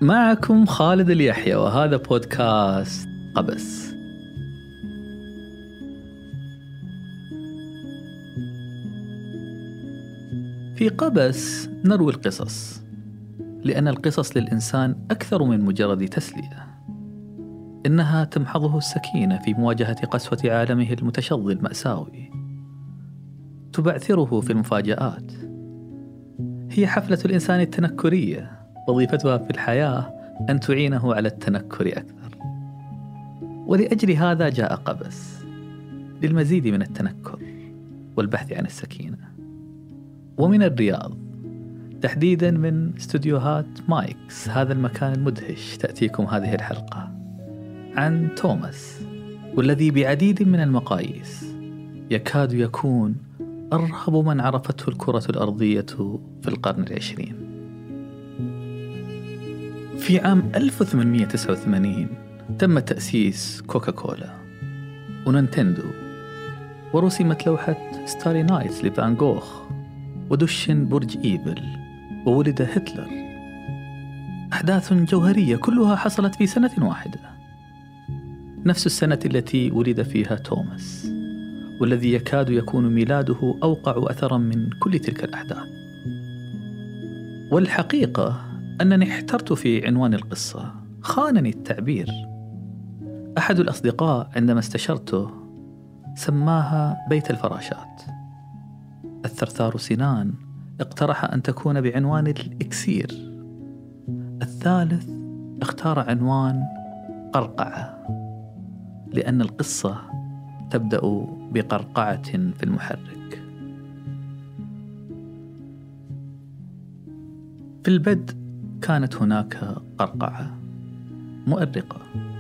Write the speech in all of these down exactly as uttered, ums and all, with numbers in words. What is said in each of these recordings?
معكم خالد اليحيى وهذا بودكاست قبس. في قبس نروي القصص، لأن القصص للإنسان أكثر من مجرد تسلية، إنها تمحضه السكينة في مواجهة قسوة عالمه المتشظي المأساوي، تبعثره في المفاجآت. هي حفلة الإنسان التنكرية، وظيفتها في الحياة أن تعينه على التنكر أكثر. ولأجل هذا جاء قبس، للمزيد من التنكر والبحث عن السكينة. ومن الرياض، تحديدا من استوديوهات مايكس، هذا المكان المدهش، تأتيكم هذه الحلقة عن توماس، والذي بعديد من المقاييس يكاد يكون أرهب من عرفته الكرة الأرضية في القرن العشرين. في عام ألف وثمانمائة وتسعة وثمانين تم تأسيس كوكاكولا ونينتندو، ورسمت لوحة ستاري نايتس لفان غوخ، ودشن برج إيفل، وولد هتلر. أحداث جوهرية كلها حصلت في سنة واحدة، نفس السنة التي ولد فيها توماس، والذي يكاد يكون ميلاده أوقع أثرا من كل تلك الأحداث. والحقيقة أنني احترت في عنوان القصة، خانني التعبير. أحد الأصدقاء عندما استشرته سماها بيت الفراشات. الثرثار سنان اقترح أن تكون بعنوان الإكسير. الثالث اختار عنوان قرقعة، لأن القصة تبدأ بقرقعة في المحرك. في البدء كانت هناك قرقعة مؤرقة.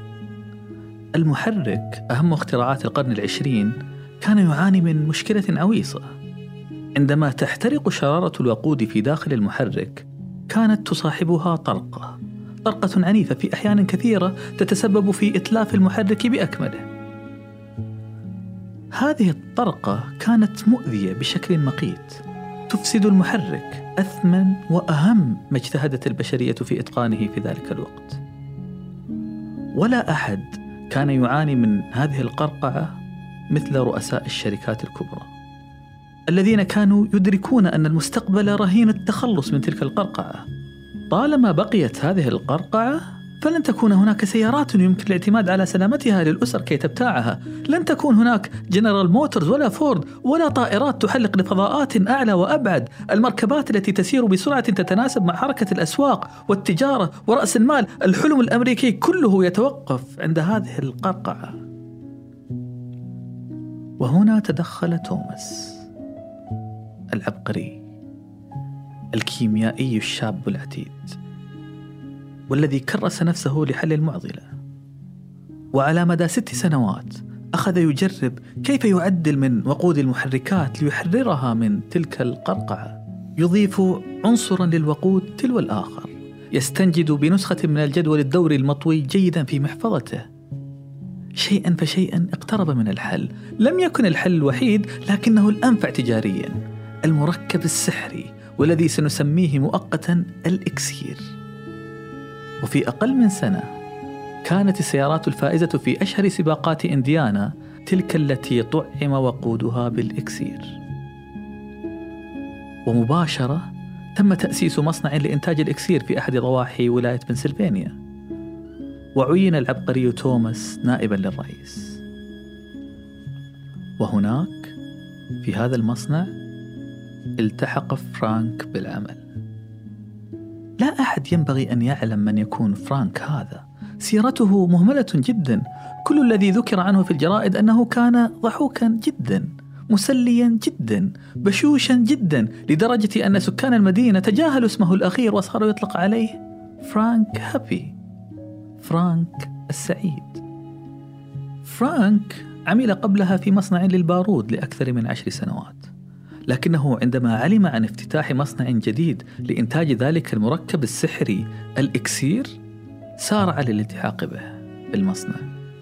المحرك، أهم اختراعات القرن العشرين، كان يعاني من مشكلة عويصة. عندما تحترق شرارة الوقود في داخل المحرك، كانت تصاحبها طرقة طرقة عنيفة في أحيان كثيرة تتسبب في إتلاف المحرك بأكمله. هذه الطرقة كانت مؤذية بشكل مقيت، تفسد المحرك، أثمن وأهم ما اجتهدت البشرية في إتقانه في ذلك الوقت. ولا أحد كان يعاني من هذه القرقعة مثل رؤساء الشركات الكبرى، الذين كانوا يدركون أن المستقبل رهين التخلص من تلك القرقعة. طالما بقيت هذه القرقعة فلن تكون هناك سيارات يمكن الاعتماد على سلامتها للأسر كي تبتاعها، لن تكون هناك جنرال موتورز ولا فورد، ولا طائرات تحلق لفضاءات أعلى وأبعد، المركبات التي تسير بسرعة تتناسب مع حركة الأسواق والتجارة ورأس المال. الحلم الأمريكي كله يتوقف عند هذه القرقعة. وهنا تدخل توماس العبقري، الكيميائي الشاب العتيد، والذي كرس نفسه لحل المعضلة. وعلى مدى ست سنوات أخذ يجرب كيف يعدل من وقود المحركات ليحررها من تلك القرقعة. يضيف عنصرا للوقود تلو الآخر، يستنجد بنسخة من الجدول الدوري المطوي جيدا في محفظته. شيئا فشيئا اقترب من الحل. لم يكن الحل الوحيد، لكنه الأنفع تجاريا، المركب السحري، والذي سنسميه مؤقتا الإكسير. وفي أقل من سنة كانت السيارات الفائزة في أشهر سباقات إنديانا تلك التي طعم وقودها بالإكسير. ومباشرة تم تأسيس مصنع لإنتاج الإكسير في أحد ضواحي ولاية بنسلفانيا، وعين العبقري توماس نائبا للرئيس. وهناك في هذا المصنع التحق فرانك بالعمل. لا أحد ينبغي أن يعلم من يكون فرانك هذا. سيرته مهملة جدا. كل الذي ذكر عنه في الجرائد أنه كان ضحوكا جدا، مسليا جدا، بشوشا جدا، لدرجة أن سكان المدينة تجاهلوا اسمه الأخير وصاروا يطلق عليه فرانك هابي، فرانك السعيد. فرانك عمل قبلها في مصنع للبارود لأكثر من عشر سنوات، لكنه عندما علم عن افتتاح مصنع جديد لإنتاج ذلك المركب السحري الإكسير، سارع للالتحاق به بالمصنع.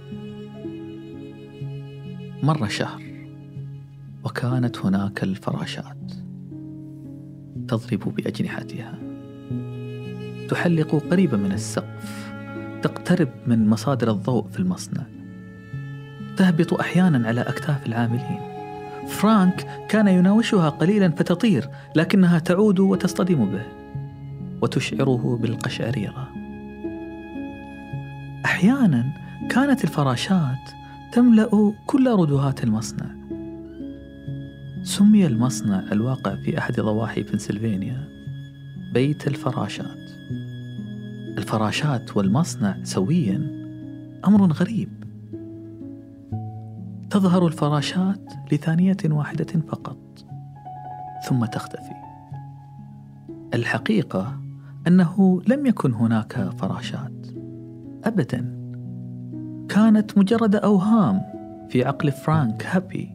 مر شهر وكانت هناك الفراشات تضرب بأجنحتها، تحلق قريبا من السقف، تقترب من مصادر الضوء في المصنع، تهبط أحيانا على أكتاف العاملين. فرانك كان يناوشها قليلا فتطير، لكنها تعود وتصطدم به وتشعره بالقشعريرة. أحيانا كانت الفراشات تملأ كل ردهات المصنع. سمي المصنع الواقع في أحد ضواحي بنسلفانيا بيت الفراشات. الفراشات والمصنع سويا أمر غريب. تظهر الفراشات لثانية واحدة فقط ثم تختفي. الحقيقة أنه لم يكن هناك فراشات أبدا، كانت مجرد أوهام في عقل فرانك هابي.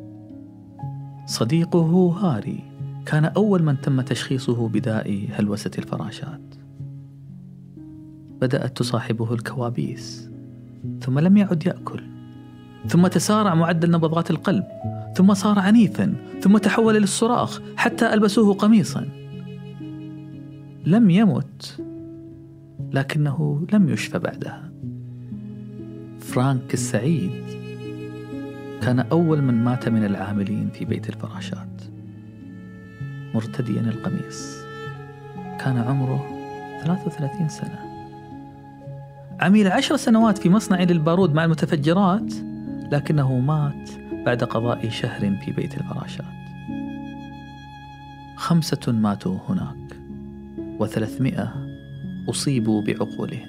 صديقه هاري كان أول من تم تشخيصه بداء هلوسة الفراشات. بدأت تصاحبه الكوابيس، ثم لم يعد يأكل، ثم تسارع معدل نبضات القلب، ثم صار عنيفا، ثم تحول للصراخ حتى ألبسوه قميصا. لم يمت، لكنه لم يشفى بعدها. فرانك السعيد كان أول من مات من العاملين في بيت الفراشات، مرتديا القميص. كان عمره ثلاث وثلاثين سنة. عمل عشر سنوات في مصنع للبارود مع المتفجرات، لكنه مات بعد قضاء شهر في بيت الفراشات. خمسة ماتوا هناك وثلاثمائة أصيبوا بعقولهم.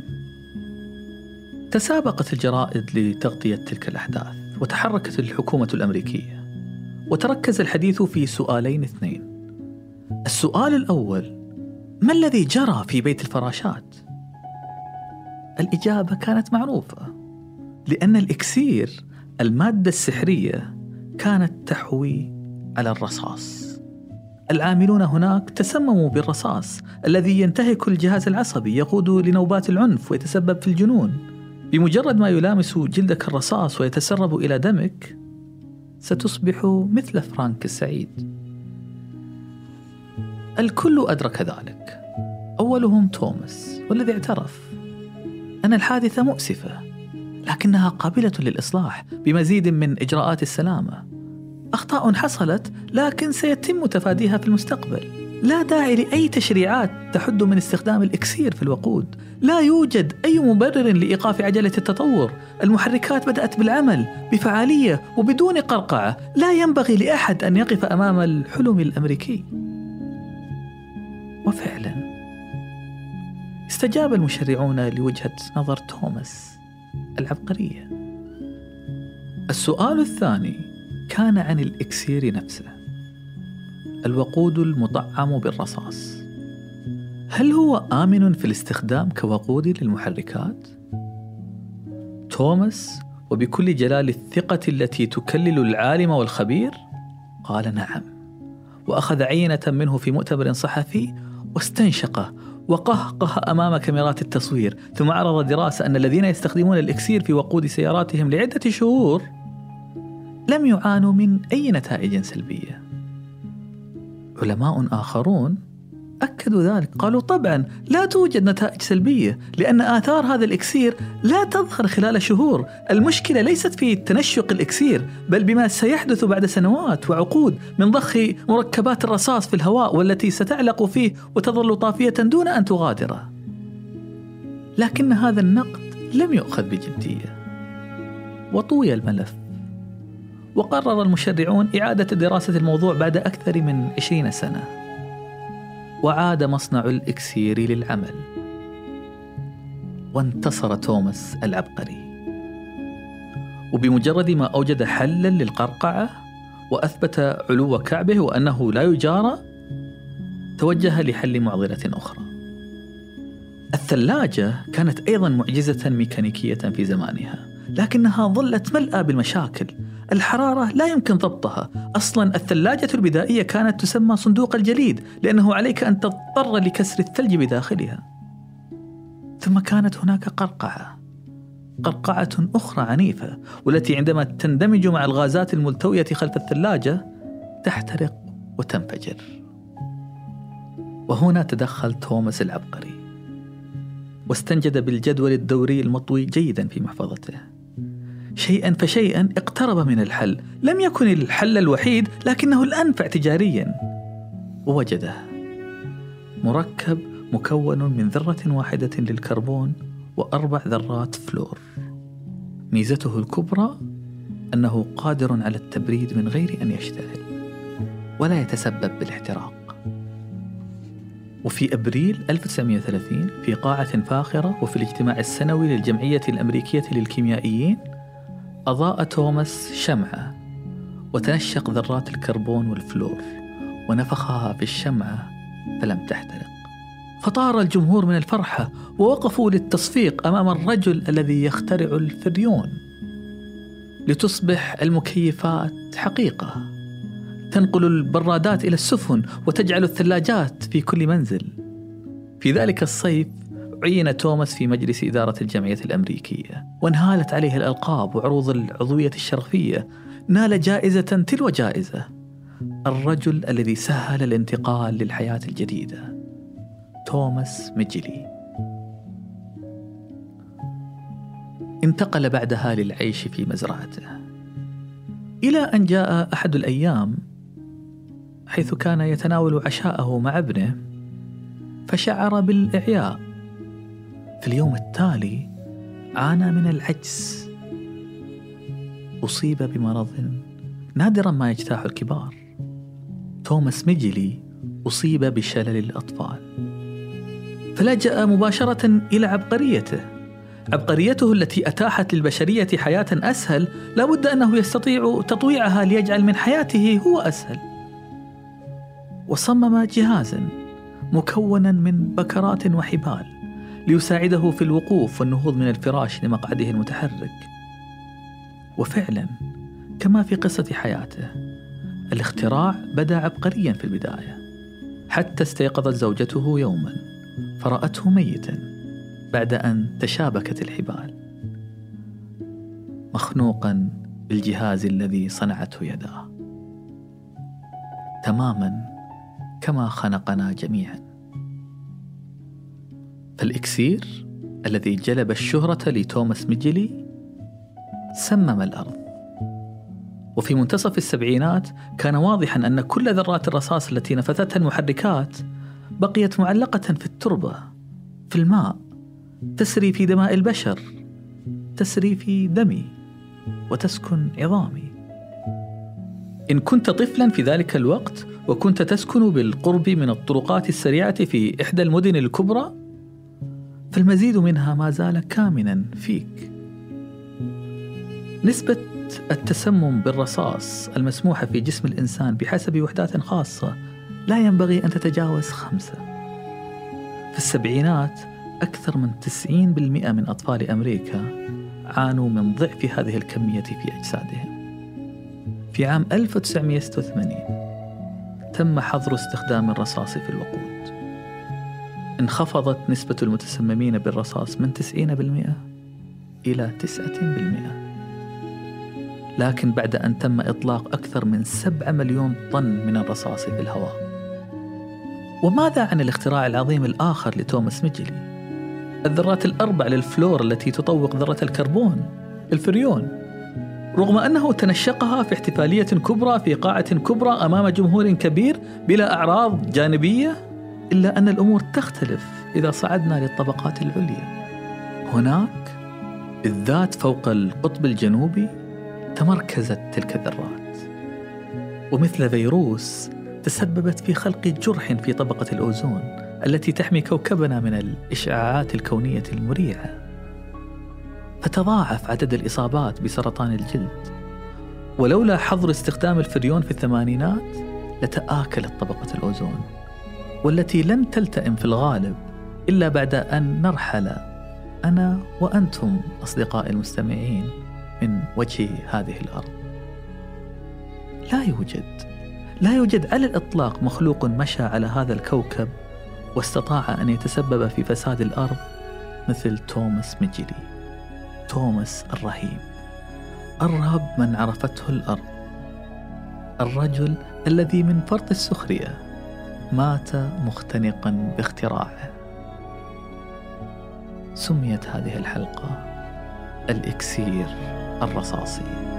تسابقت الجرائد لتغطية تلك الأحداث، وتحركت الحكومة الأمريكية، وتركز الحديث في سؤالين اثنين. السؤال الأول: ما الذي جرى في بيت الفراشات؟ الإجابة كانت معروفة، لأن الإكسير، المادة السحرية، كانت تحوي على الرصاص. العاملون هناك تسمموا بالرصاص الذي ينتهك الجهاز العصبي، يقود لنوبات العنف ويتسبب في الجنون. بمجرد ما يلامس جلدك الرصاص ويتسرب إلى دمك، ستصبح مثل فرانك السعيد. الكل أدرك ذلك، أولهم توماس، والذي اعترف أن الحادثة مؤسفة، لكنها قابلة للإصلاح بمزيد من إجراءات السلامة. أخطاء حصلت، لكن سيتم تفاديها في المستقبل. لا داعي لأي تشريعات تحد من استخدام الإكسير في الوقود. لا يوجد أي مبرر لإيقاف عجلة التطور. المحركات بدأت بالعمل بفعالية وبدون قرقعة. لا ينبغي لأحد أن يقف أمام الحلم الأمريكي. وفعلا استجاب المشرعون لوجهة نظر توماس العبقرية. السؤال الثاني كان عن الإكسير نفسه، الوقود المطعم بالرصاص. هل هو آمن في الاستخدام كوقود للمحركات؟ توماس وبكل جلال الثقة التي تكلل العالم والخبير قال نعم، وأخذ عينة منه في مؤتمر صحفي واستنشقه وقهقه أمام كاميرات التصوير، ثم عرض دراسة أن الذين يستخدمون الإكسير في وقود سياراتهم لعدة شهور لم يعانوا من أي نتائج سلبية. علماء آخرون أكدوا ذلك، قالوا طبعا لا توجد نتائج سلبية، لأن آثار هذا الإكسير لا تظهر خلال شهور. المشكلة ليست في تنشق الإكسير، بل بما سيحدث بعد سنوات وعقود من ضخ مركبات الرصاص في الهواء، والتي ستعلق فيه وتظل طافية دون أن تغادره. لكن هذا النقد لم يؤخذ بجدية، وطوي الملف، وقرر المشرعون إعادة دراسة الموضوع بعد أكثر من عشرين سنة. وعاد مصنع الإكسير للعمل، وانتصر توماس العبقري. وبمجرد ما أوجد حلا للقرقعة وأثبت علو كعبه وأنه لا يجارى، توجه لحل معضلة أخرى. الثلاجة كانت أيضا معجزة ميكانيكية في زمانها، لكنها ظلت ملأى بالمشاكل. الحرارة لا يمكن ضبطها. أصلا الثلاجة البدائية كانت تسمى صندوق الجليد، لأنه عليك أن تضطر لكسر الثلج بداخلها. ثم كانت هناك قرقعة قرقعة أخرى عنيفة، والتي عندما تندمج مع الغازات الملتوية خلف الثلاجة تحترق وتنفجر. وهنا تدخل توماس العبقري واستنجد بالجدول الدوري المطوي جيدا في محفظته. شيئا فشيئا اقترب من الحل، لم يكن الحل الوحيد لكنه الأنفع تجاريا، ووجده مركب مكون من ذرة واحدة للكربون وأربع ذرات فلور. ميزته الكبرى أنه قادر على التبريد من غير أن يشتعل ولا يتسبب بالاحتراق. وفي أبريل ألف وتسعمائة وثلاثين في قاعة فاخرة وفي الاجتماع السنوي للجمعية الأمريكية للكيميائيين أضاء توماس شمعة وتنشق ذرات الكربون والفلور ونفخها في الشمعة فلم تحترق. فطار الجمهور من الفرحة ووقفوا للتصفيق أمام الرجل الذي يخترع الفريون لتصبح المكيفات حقيقة، تنقل البرادات إلى السفن وتجعل الثلاجات في كل منزل. في ذلك الصيف عين توماس في مجلس إدارة الجمعية الأمريكية وانهالت عليه الألقاب وعروض العضوية الشرفية. نال جائزة تلو جائزة، الرجل الذي سهل الانتقال للحياة الجديدة، توماس ميدجلي. انتقل بعدها للعيش في مزرعته إلى أن جاء أحد الأيام حيث كان يتناول عشاءه مع ابنه فشعر بالإعياء. في اليوم التالي عانى من العجز، أصيب بمرض نادرا ما يجتاح الكبار. توماس ميدجلي أصيب بشلل الأطفال، فلجأ مباشرة إلى عبقريته عبقريته التي أتاحت للبشرية حياة أسهل، لا بد أنه يستطيع تطويعها ليجعل من حياته هو أسهل. وصمم جهازا مكونا من بكرات وحبال ليساعده في الوقوف والنهوض من الفراش لمقعده المتحرك. وفعلا كما في قصة حياته، الاختراع بدأ عبقريا في البداية، حتى استيقظت زوجته يوما فرأته ميتا بعد أن تشابكت الحبال، مخنوقا بالجهاز الذي صنعته يداه، تماما كما خنقنا جميعا. فالإكسير الذي جلب الشهرة لتوماس ميدجلي سمم الأرض. وفي منتصف السبعينات كان واضحا أن كل ذرات الرصاص التي نفذتها المحركات بقيت معلقة في التربة، في الماء، تسري في دماء البشر، تسري في دمي وتسكن عظامي. إن كنت طفلا في ذلك الوقت وكنت تسكن بالقرب من الطرقات السريعة في إحدى المدن الكبرى، فالمزيد منها ما زال كامنا فيك. نسبة التسمم بالرصاص المسموحة في جسم الإنسان بحسب وحدات خاصة لا ينبغي أن تتجاوز خمسة. في السبعينات أكثر من تسعين بالمئة من أطفال أمريكا عانوا من ضعف هذه الكمية في أجسادهم. في عام ألف وتسعمائة وستة وثمانين تم حظر استخدام الرصاص في الوقود. انخفضت نسبة المتسممين بالرصاص من تسعين بالمئة إلى تسعة بالمئة. لكن بعد أن تم إطلاق أكثر من سبعة مليون طن من الرصاص في الهواء. وماذا عن الاختراع العظيم الآخر لتوماس ميدجلي؟ الذرات الأربع للفلور التي تطوق ذرة الكربون، الفريون. رغم أنه تنشقها في احتفالية كبرى في قاعة كبرى أمام جمهور كبير بلا أعراض جانبية، إلا أن الأمور تختلف إذا صعدنا للطبقات العليا. هناك بالذات فوق القطب الجنوبي تمركزت تلك الذرات، ومثل فيروس تسببت في خلق جرح في طبقة الأوزون التي تحمي كوكبنا من الإشعاعات الكونية المريعة. فتضاعف عدد الإصابات بسرطان الجلد. ولولا حظر استخدام الفريون في الثمانينات لتآكلت طبقة الأوزون، والتي لن تلتئم في الغالب إلا بعد أن نرحل أنا وأنتم أصدقائي المستمعين من وجه هذه الأرض. لا يوجد لا يوجد على الإطلاق مخلوق مشى على هذا الكوكب واستطاع أن يتسبب في فساد الأرض مثل توماس ميدجلي، توماس الرهيب، أرهب من عرفته الأرض، الرجل الذي من فرط السخرية مات مختنقا باختراعه. سميت هذه الحلقة الإكسير الرصاصي.